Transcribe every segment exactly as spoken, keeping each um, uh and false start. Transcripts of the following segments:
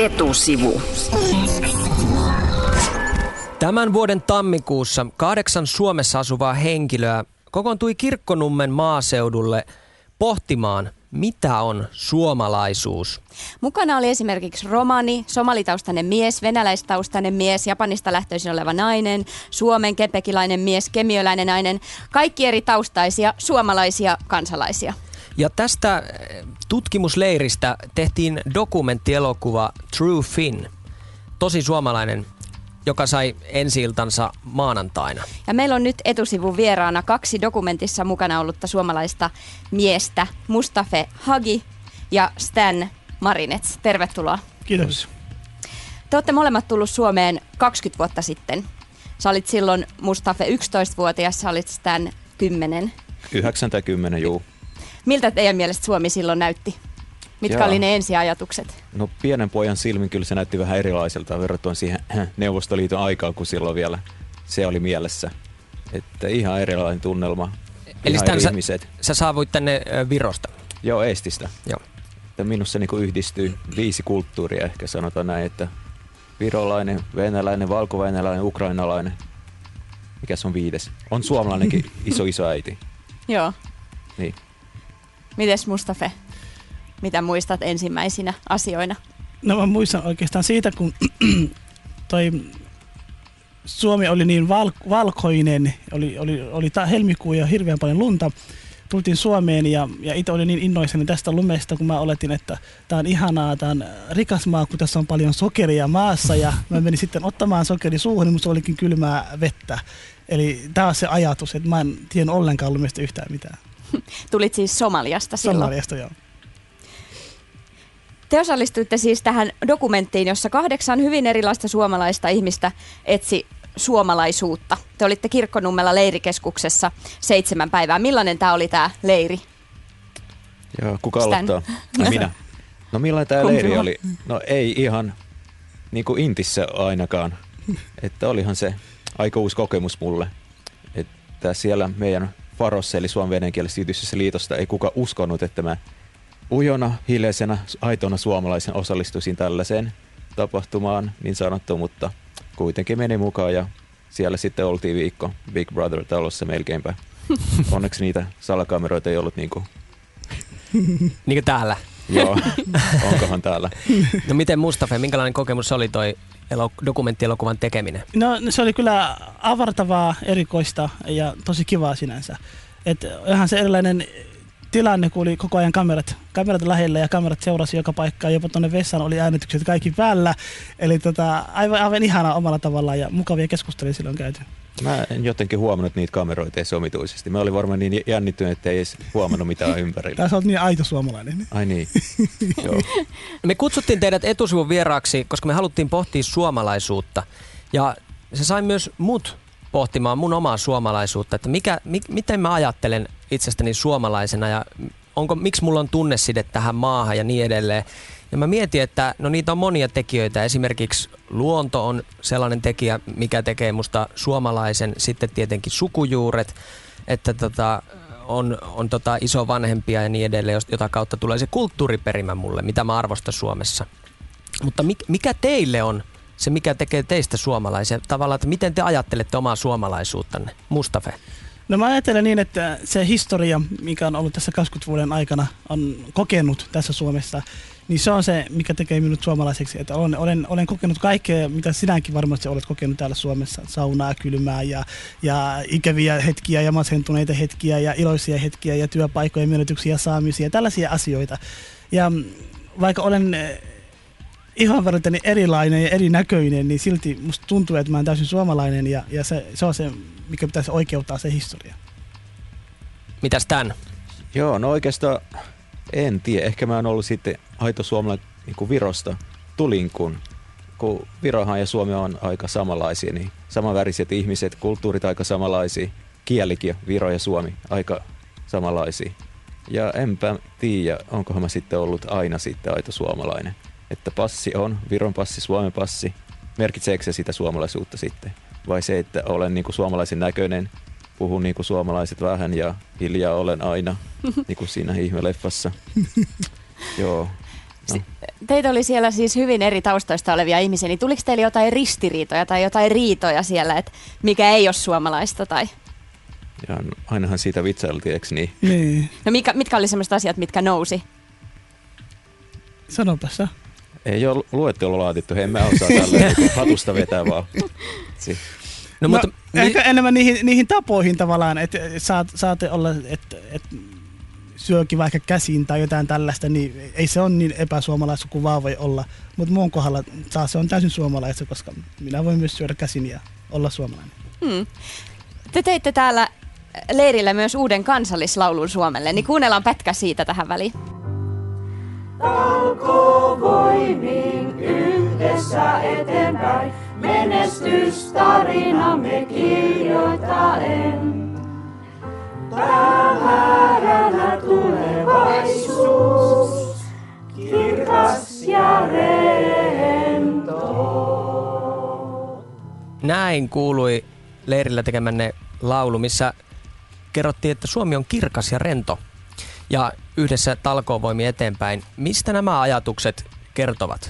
Etusivu. Tämän vuoden tammikuussa kahdeksan Suomessa asuvaa henkilöä kokoontui Kirkkonummen maaseudulle pohtimaan, mitä on suomalaisuus. Mukana oli esimerkiksi romani, somalitaustainen mies, venäläistaustainen mies, Japanista lähtöisin oleva nainen, suomen kepekilainen mies, kemiöläinen nainen, kaikki eri taustaisia suomalaisia kansalaisia. Ja tästä tutkimusleiristä tehtiin dokumenttielokuva True Finn, tosi suomalainen, joka sai ensi-iltansa maanantaina. Ja meillä on nyt etusivun vieraana kaksi dokumentissa mukana ollutta suomalaista miestä, Mustafa Hagi ja Stan Marinets. Tervetuloa. Kiitos. Te olette molemmat tullut Suomeen kaksikymmentä vuotta sitten. Sä olit silloin Mustafa yksitoistavuotias, sä olit Stan kymmenen. yhdeksän tai kymmenen, juu. Miltä teidän mielestä Suomi silloin näytti? Mitkä Jaa. oli ne ensiajatukset? No pienen pojan silmin kyllä se näytti vähän erilaiselta verrattuna siihen Neuvostoliiton aikaan, kun silloin vielä se oli mielessä. Että ihan erilainen tunnelma, Eli ihan eri sä, ihmiset. sä saavuit tänne Virosta? Joo, Eestistä. Joo. Että minussa niin yhdistyy viisi kulttuuria, ehkä sanotaan näin, että virolainen, venäläinen, valko-venäläinen, ukrainalainen. Mikäs on viides? On suomalainenkin iso iso äiti. Joo. Niin. Mites Mustafa? Mitä muistat ensimmäisinä asioina? No mä muistan oikeastaan siitä, kun toi Suomi oli niin val- valkoinen, oli, oli, oli ta- helmikuu ja hirveän paljon lunta. Tultiin Suomeen ja, ja itse olin niin innoissani tästä lumesta, kun mä oletin, että tää on ihanaa, tää on rikas maa, kun tässä on paljon sokeria maassa. Ja mä menin sitten ottamaan sokeri suuhun, niin musta olikin kylmää vettä. Eli tää on se ajatus, että mä en tiennyt ollenkaan lumesta yhtään mitään. Tulit siis Somaliasta silloin? Somaliasta, joo. Te osallistuitte siis tähän dokumenttiin, jossa kahdeksan hyvin erilaista suomalaista ihmistä etsi suomalaisuutta. Te olitte Kirkkonummella leirikeskuksessa seitsemän päivää. Millainen tämä oli tämä leiri? Joo, kuka Stan. aloittaa? No minä. No millainen tämä Kumpi leiri on? oli? No ei ihan niin kuin Intissä ainakaan. Että olihan se aika uusi kokemus mulle. Että siellä meidän Farossa eli Suomen venenkielisessä yhdistyksessä liitosta ei kuka uskonut, että mä ujona, hiljaisena, aitona suomalaisen osallistuisin tällaiseen tapahtumaan, niin sanottu, mutta kuitenkin meni mukaan ja siellä sitten oltiin viikko Big Brother-talossa melkeinpä. Onneksi niitä salakameroita ei ollut niin kuin... Niin kuin täällä. Joo, onkohan täällä. No miten Mustafa, minkälainen kokemus oli toi elo- dokumenttielokuvan tekeminen? No se oli kyllä avartavaa, erikoista ja tosi kivaa sinänsä. Et ihan se erilainen tilanne, kun oli koko ajan kamerat, kamerat lähellä ja kamerat seurasi joka paikkaan. Jopa tuonne vessaan oli äänitykset kaikki päällä. Eli tota, aivan, aivan ihanaa omalla tavallaan ja mukavia keskusteluja silloin käyty. Mä en jotenkin huomannut niitä kameroita edes omituisesti. Mä olin varmaan niin jännittynyt, että ei edes huomannut mitään ympärillä. Tässä olet niin aito suomalainen. Ai niin, joo. Me kutsuttiin teidät etusivun vieraaksi, koska me haluttiin pohtia suomalaisuutta. Ja se sai myös mut pohtimaan mun omaa suomalaisuutta, että mikä, mi, miten mä ajattelen itsestäni suomalaisena ja onko, miksi mulla on tunneside tähän maahan ja niin edelleen. Ja mä mietin, että no niitä on monia tekijöitä. Esimerkiksi luonto on sellainen tekijä, mikä tekee musta suomalaisen. Sitten tietenkin sukujuuret, että tota, on, on tota isovanhempia ja niin edelleen, jota kautta tulee se kulttuuriperimä mulle, mitä mä arvostan Suomessa. Mutta mikä teille on se, mikä tekee teistä suomalaisia? Tavallaan, että miten te ajattelette omaa suomalaisuuttanne? Mustafa. No mä ajattelen niin, että se historia, mikä on ollut tässä kaksikymmentä vuoden aikana, on kokenut tässä Suomessa, niin se on se, mikä tekee minut suomalaiseksi. Että olen, olen, olen kokenut kaikkea, mitä sinäkin varmasti olet kokenut täällä Suomessa. Saunaa, kylmää ja, ja ikäviä hetkiä ja masentuneita hetkiä ja iloisia hetkiä ja työpaikkojen menetyksiä, saamisia, tällaisia asioita. Ja vaikka olen ihan verran erilainen ja erinäköinen, niin silti musta tuntuu, että mä oon täysin suomalainen ja, ja se, se on se, mikä pitäisi oikeuttaa se historia. Mitäs tän? Joo, no oikeastaan en tiedä. Ehkä mä oon ollut sitten aito suomalainen niin kuin Virosta. Tulin kun, kun Virohan ja Suomi on aika samanlaisia, niin samanväriset ihmiset, kulttuurit aika samanlaisia, kielikin Viro ja Suomi aika samanlaisia. Ja enpä tiedä, onkohan mä sitten ollut aina sitten aito suomalainen. Että passi on, Viron passi, Suomen passi. Merkitseekö se sitä suomalaisuutta sitten? Vai se, että olen niin kuin suomalaisen näköinen, puhun niin kuin suomalaiset vähän ja hiljaa olen aina, niin kuin siinä ihmeleffassa. Joo. No. teitä oli siellä siis hyvin eri taustoista olevia ihmisiä, niin tuliko teille jotain ristiriitoja tai jotain riitoja siellä, että mikä ei ole suomalaista? Tai... Ja ainahan siitä vitsailtiin, eikö niin? Niin. No mikä, mitkä oli sellaiset asiat, mitkä nousi? Sanopas sä. Ei ole luettelo laadittu, hei mä osaa tälleen niin hatusta vetää vaan. Si- No, no, mutta ehkä mi- enemmän niihin, niihin tapoihin tavallaan, että saat, saatte olla, että et syökin vaikka käsin tai jotain tällaista, niin ei se ole niin epäsuomalaista kuin vaan voi olla. Mutta muun kohdalla taas se on täysin suomalaista, koska minä voin myös syödä käsin ja olla suomalainen. Hmm. Te teitte täällä leirillä myös uuden kansallislaulun Suomelle, niin kuunnellaan pätkä siitä tähän väliin. Talkovoimin yhdessä eteenpäin, menestystarinamme kirjoittaen. Päämääränä tulevaisuus, kirkas ja rento. Näin kuului leirillä tekemänne laulu, missä kerrottiin, että Suomi on kirkas ja rento. Ja yhdessä talkoovoimi eteenpäin. Mistä nämä ajatukset kertovat?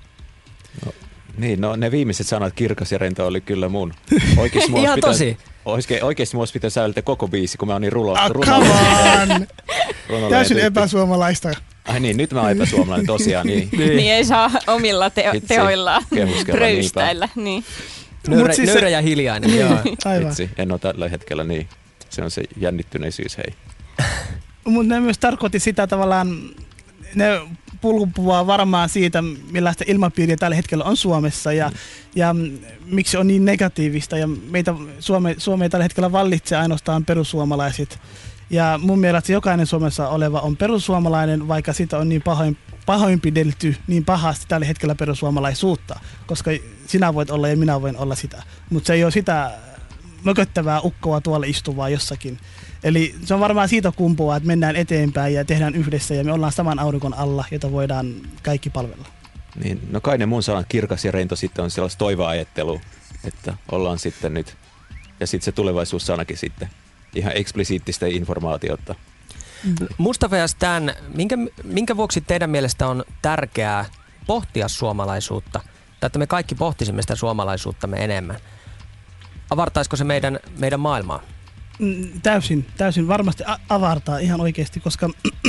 No, niin, no ne viimeiset sanat, kirkas ja rento, oli kyllä mun. Oikeasti mua ihan pitäisi, tosi? Oikeasti, oikeasti mua pitäisi säilyttää koko biisi, kun mä oon niin rulo. Ah, rulo come on! Täysin epäsuomalaista. Ai niin, nyt mä oon epäsuomalainen tosiaan. Niin, niin. niin ei saa omilla teo- teoillaan röystäillä. Niin. Nöyrä, siis nöyrä ja hiljainen. Joo. Vitsi, en ole tällä hetkellä niin. Se on se jännittyneisyys, hei. Mutta ne myös tarkoitti sitä tavallaan, ne puhuu varmaan siitä, millaista ilmapiiriä tällä hetkellä on Suomessa ja, mm. ja miksi on niin negatiivista. Ja meitä Suome, Suomea tällä hetkellä vallitsee ainoastaan perussuomalaiset. Ja mun mielestä jokainen Suomessa oleva on perussuomalainen, vaikka sitä on niin pahoin, pahoinpidelty niin pahasti tällä hetkellä perussuomalaisuutta. Koska sinä voit olla ja minä voin olla sitä. Mutta se ei ole sitä mököttävää ukkoa tuolla istuvaa jossakin. Eli se on varmaan siitä kumpuaa, että mennään eteenpäin ja tehdään yhdessä ja me ollaan saman aurinkon alla, jota voidaan kaikki palvella. Niin, no kai ne mun sanat kirkas ja rento sitten on sellaista toiva-ajattelua, että ollaan sitten nyt, ja sitten se tulevaisuussanakin sitten, ihan eksplisiittistä informaatiota. Mustafa ja Stan, minkä, minkä vuoksi teidän mielestä on tärkeää pohtia suomalaisuutta, tai että me kaikki pohtisimme sitä suomalaisuuttamme enemmän? Avartaisiko se meidän, meidän maailmaa? Täysin, täysin varmasti avartaa ihan oikeasti, koska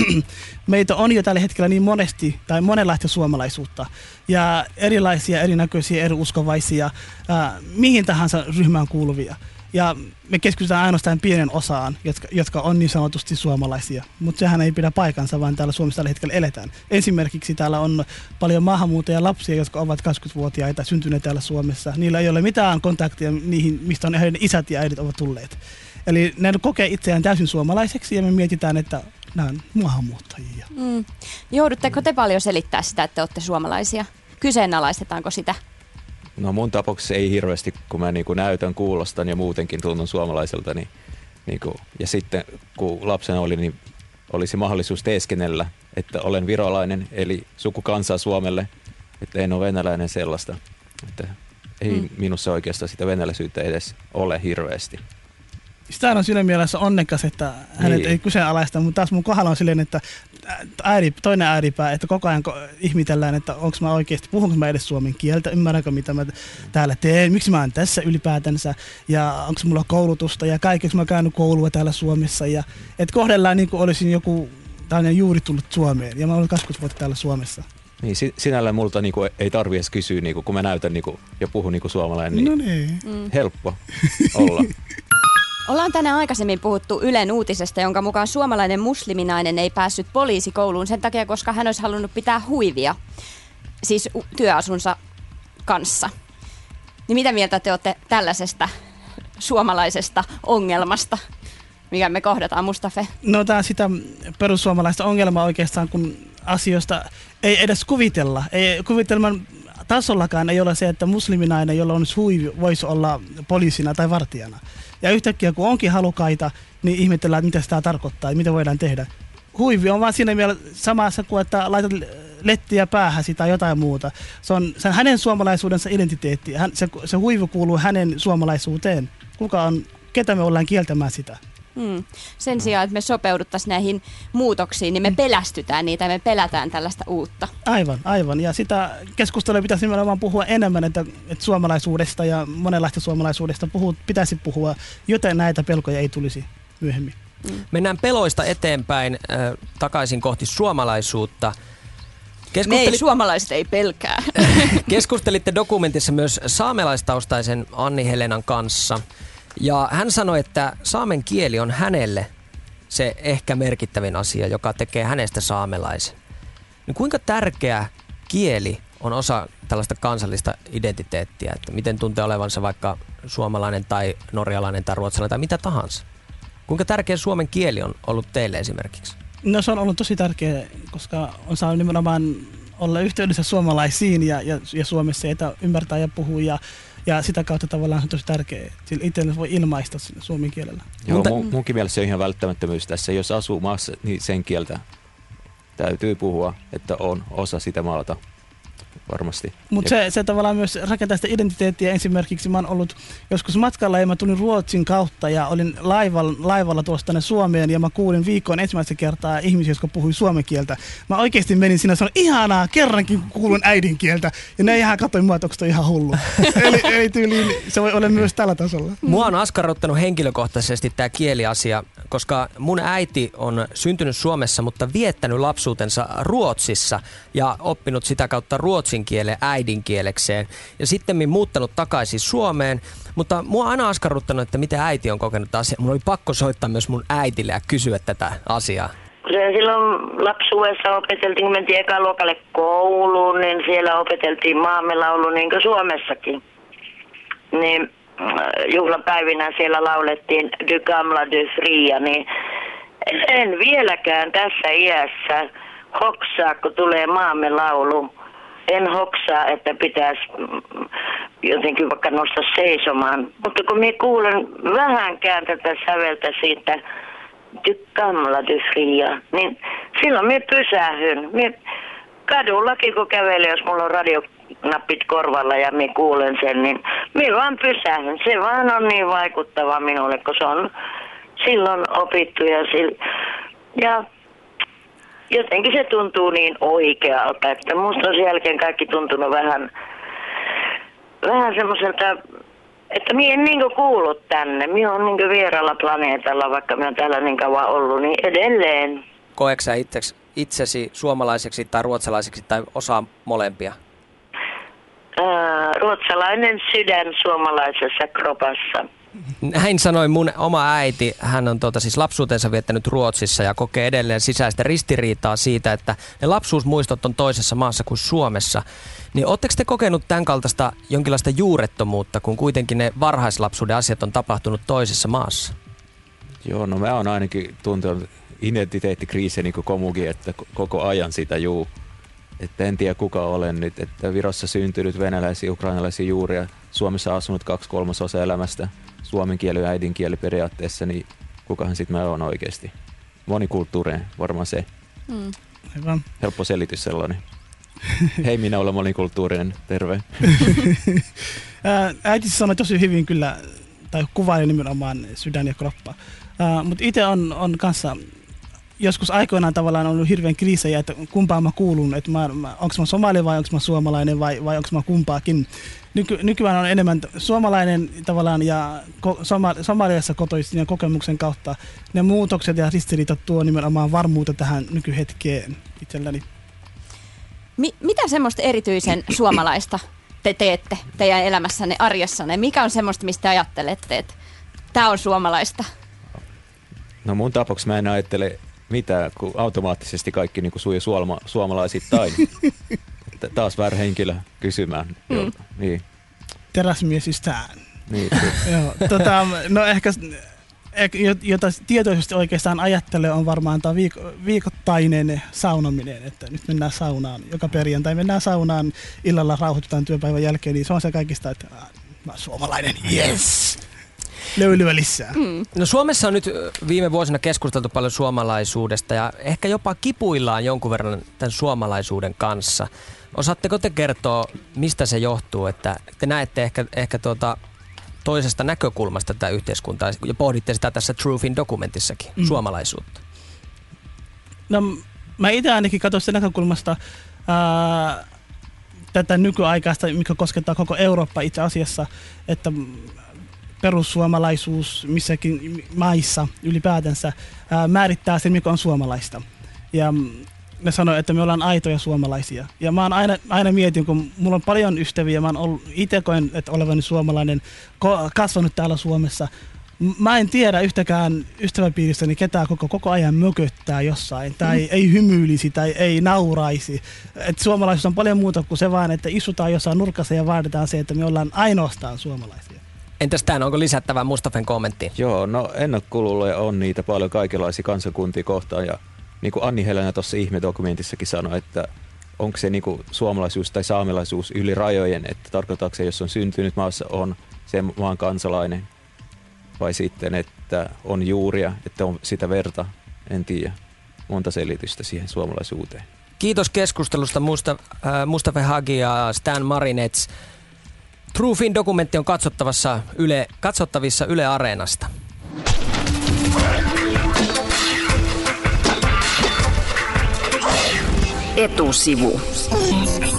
meitä on jo tällä hetkellä niin monesti tai monenlaista suomalaisuutta ja erilaisia, erinäköisiä, eri uskovaisia, ää, mihin tahansa ryhmään kuuluvia. Ja me keskitytään ainoastaan pienen osaan, jotka, jotka on niin sanotusti suomalaisia, mutta sehän ei pidä paikansa, vaan täällä Suomessa tällä hetkellä eletään. Esimerkiksi täällä on paljon maahanmuuttajia lapsia, jotka ovat kaksikymmentävuotiaita, syntyneet täällä Suomessa. Niillä ei ole mitään kontaktia niihin, mistä on heidän isät ja äidit ovat tulleet. Eli ne kokee itseään täysin suomalaiseksi ja me mietitään, että nämä on maahanmuuttajia. Mm. Joudutteko te paljon selittää sitä, että te olette suomalaisia? Kyseenalaistetaanko sitä? No mun tapauksessa ei hirveästi, kun mä niin kuin näytän, kuulostan ja muutenkin tuntun suomalaiselta. Niin, niin kuin, ja sitten kun lapsena oli, niin oli se mahdollisuus teeskennellä, että olen virolainen, eli sukukansaa Suomelle, että en ole venäläinen sellaista. Että ei mm. minussa oikeastaan sitä venäläisyyttä edes ole hirveästi. Sitä on siinä mielessä onnekas, että hänet niin. ei kyseenalaista, mutta taas mun kohdalla on silleen, että ääri, toinen ääripää, että koko ajan ihmitellään, että onko mä oikeasti, puhunko mä edes suomen kieltä, ymmärränkö mitä mä täällä teen, miksi mä oon tässä ylipäätänsä ja onko mulla koulutusta ja kaikeksi mä käynyt koulua täällä Suomessa ja että kohdellaan niin kuin olisin joku tällainen juuri tullut Suomeen ja mä olen kaksikymmentä vuotta täällä Suomessa. Niin, sinällään multa niinku ei tarvitse edes kysyä, niinku, kun mä näytän niinku, ja puhun niinku suomalainen, niin, no niin. helppo olla. Ollaan tänään aikaisemmin puhuttu Ylen uutisesta, jonka mukaan suomalainen musliminainen ei päässyt poliisikouluun sen takia, koska hän olisi halunnut pitää huivia, siis työasunsa kanssa. Niin mitä mieltä te olette tällaisesta suomalaisesta ongelmasta, mikä me kohdataan, Mustafa? No tämä on sitä perussuomalaista ongelmaa oikeastaan, kun asioista ei edes kuvitella. Ei, kuvitelman tasollakaan ei ole se, että musliminainen, jolla on huivi, voisi olla poliisina tai vartijana. Ja yhtäkkiä kun onkin halukaita, niin ihmetellään, että mitä sitä tarkoittaa ja mitä voidaan tehdä. Huivi on vaan siinä mielessä samassa kuin, että laitat lettiä päähäsi tai jotain muuta. Se on, se on hänen suomalaisuudensa identiteetti. Hän, se, se huivi kuuluu hänen suomalaisuuteen. Kuka on, ketä me ollaan kieltämään sitä? Hmm. Sen sijaan, että me sopeuduttaisiin näihin muutoksiin, niin me pelästytään niitä ja me pelätään tällaista uutta. Aivan, aivan. Ja sitä keskustelua pitäisi nimenomaan puhua enemmän, että, että suomalaisuudesta ja monenlaista suomalaisuudesta puhuu, pitäisi puhua, joten näitä pelkoja ei tulisi myöhemmin. Mm. Mennään peloista eteenpäin äh, takaisin kohti suomalaisuutta. Me ei, suomalaiset ei pelkää. Keskustelitte dokumentissa myös saamelaistaustaisen Anni-Helenan kanssa. Ja hän sanoi, että saamen kieli on hänelle se ehkä merkittävin asia, joka tekee hänestä saamelaisen. Niin kuinka tärkeä kieli on osa tällaista kansallista identiteettiä? Että miten tuntee olevansa vaikka suomalainen tai norjalainen tai ruotsalainen tai mitä tahansa? Kuinka tärkeä suomen kieli on ollut teille esimerkiksi? No se on ollut tosi tärkeä, koska on saanut nimenomaan olla yhteydessä suomalaisiin ja, ja, ja Suomessa, että ymmärtää ja puhuu ja, ja sitä kautta tavallaan on tosi tärkeää. Sillä itsellä voi ilmaista suomen kielellä. Joo, mun, munkin mielestä se on ihan välttämättömyys tässä. Jos asuu maassa, niin sen kieltä täytyy puhua, että on osa sitä maata. Varmasti. Mutta se, se tavallaan myös rakentaa sitä identiteettiä. Esimerkiksi mä oon ollut joskus matkalla ja mä tulin Ruotsin kautta ja olin laivalla, laivalla tuossa tänne Suomeen ja mä kuulin viikkoon ensimmäistä kertaa ihmisiä, jotka puhui suomen kieltä. Mä oikeasti menin siinä ja sanoin, ihanaa, kerrankin kuulun äidinkieltä. Ja ne ihan katsoin mua, että onko toi ihan hullu. eli, eli tyyliin se voi olla myös tällä tasolla. Mua on askarruttanut henkilökohtaisesti tämä kieliasia, koska mun äiti on syntynyt Suomessa, mutta viettänyt lapsuutensa Ruotsissa ja oppinut sitä kautta ruotsin kielen äidinkielekseen ja sitten muuttanut takaisin Suomeen, mutta mua on aina askarruttanut, että miten äiti on kokenut tätä asiaa. Mun oli pakko soittaa myös mun äitille ja kysyä tätä asiaa. Silloin lapsuudessa opeteltiin, kun mentiin ekaluokalle kouluun, niin siellä opeteltiin maamelaulu niin kuin Suomessakin. Niin juhlapäivinä siellä laulettiin Du gamla du fria, niin en vieläkään tässä iässä hoksaa, kun tulee maamelaulu. En hoksaa, että pitäisi jotenkin vaikka nostaa seisomaan. Mutta kun minä kuulen vähänkään tätä säveltä siitä Du gamla du fria, niin silloin minä pysähyn. Minä kadullakin kun kävelen, jos mulla on radionappit korvalla ja minä kuulen sen, niin minä vaan pysähyn. Se vaan on niin vaikuttava minulle, kun se on silloin opittu ja, sil- ja jotenkin se tuntuu niin oikealta, että musta on sen jälkeen kaikki tuntunut vähän, vähän semmoiselta, että minä en niinku kuulu tänne. Minä olen niinku vieraalla planeetalla, vaikka minä olen täällä niin kauan ollut, niin edelleen. Koetko sä itsesi, itsesi suomalaiseksi tai ruotsalaiseksi tai osaa molempia? Ää, ruotsalainen sydän suomalaisessa kropassa. Näin sanoi mun oma äiti. Hän on tuota, siis lapsuutensa viettänyt Ruotsissa ja kokee edelleen sisäistä ristiriitaa siitä, että ne lapsuusmuistot on toisessa maassa kuin Suomessa. Niin ootteko te kokenut tämän kaltaista jonkinlaista juurettomuutta, kun kuitenkin ne varhaislapsuuden asiat on tapahtunut toisessa maassa? Joo, no mä oon ainakin tuntenut identiteettikriisiä niin kuin komukin, että koko ajan sitä juu. Että en tiedä kuka olen nyt, että Virossa syntynyt venäläisiä, ukrainalaisia juuria, Suomessa asunut kaksi kolmasosa elämästä, suomen kieli ja äidinkieli periaatteessa, niin kukahan sitten mä oon oikeasti? Monikulttuurinen, varmaan se. Mm. Aivan. Helppo selitys sellainen. Hei, minä olen monikulttuurinen, terve. Äiti sanoi tosi hyvin kyllä, tai kuvaili nimenomaan sydän ja kroppa. Mutta itse on, on kanssa joskus aikoinaan tavallaan ollut hirveän kriisejä, että kumpaan mä kuulun, että mä, mä, onko mä somali vai onko mä suomalainen vai, vai onko mä kumpaakin. Nyky, nykyään on enemmän suomalainen tavallaan ja ko, soma, Somaliassa kotoisin ja kokemuksen kautta ne muutokset ja ristiriitat tuo nimenomaan varmuutta tähän nykyhetkeen itselläni. Mi- mitä semmoista erityisen suomalaista te teette teidän elämässänne, arjessanne? Mikä on semmoista, mistä ajattelette, että tämä on suomalaista? No mun tapauksessa mä en ajattele mitään, kun automaattisesti kaikki niin kuin sujuu suoma, suomalaisittain. Taas väärä henkilö kysymään. Mm. Joo, niin. Teräsmiesistään. Niin, Joo, tota, no ehkä, jota tietoisesti oikeastaan ajattelee, on varmaan tämä viik- viikoittainen saunominen, että nyt mennään saunaan. Joka perjantai mennään saunaan, illalla rauhoitutaan työpäivän jälkeen, niin se on se kaikista, että äh, mä oon suomalainen, yes! Löylyä lisää. Mm. No Suomessa on nyt viime vuosina keskusteltu paljon suomalaisuudesta ja ehkä jopa kipuillaan jonkun verran tämän suomalaisuuden kanssa. Osaatteko te kertoa, mistä se johtuu, että te näette ehkä, ehkä tuota, toisesta näkökulmasta tätä yhteiskuntaa. Ja pohditte sitä tässä Truthin dokumentissakin, mm. suomalaisuutta. No mä itse ainakin katson sitä näkökulmasta ää, tätä nykyaikaista, mikä koskettaa koko Eurooppa itse asiassa, että perussuomalaisuus missäkin maissa ylipäätänsä ää, määrittää sen, mikä on suomalaista. Ja ne sanoo, että me ollaan aitoja suomalaisia. Ja mä oon aina, aina mietin, kun mulla on paljon ystäviä, mä oon itse koen, että olevani suomalainen, kasvanut täällä Suomessa. Mä en tiedä yhtäkään ystäväpiirissäni ketään koko, koko ajan mököttää jossain, tai mm. ei hymyilisi, tai ei nauraisi. Et suomalaisuus on paljon muuta kuin se vaan, että istutaan jossain nurkassa ja vaaditaan se, että me ollaan ainoastaan suomalaisia. Entäs tämän, onko lisättävää Mustafen kommenttiin? Joo, no ennakkoluuloja on niitä paljon kaikenlaisia kansakuntia kohtaan, ja niin kuin Anni Helena tuossa ihmedokumentissakin sanoi, että onko se niin kuin suomalaisuus tai saamelaisuus yli rajojen, että tarkoittaako se, jos on syntynyt maassa, on sen maan kansalainen, vai sitten, että on juuria, että on sitä verta, en tiedä, monta selitystä siihen suomalaisuuteen. Kiitos keskustelusta Musta, äh, Mustafa Hagi ja Stan Marinets. Truthin dokumentti on katsottavassa Yle, katsottavissa Yle Areenasta. Etusivu.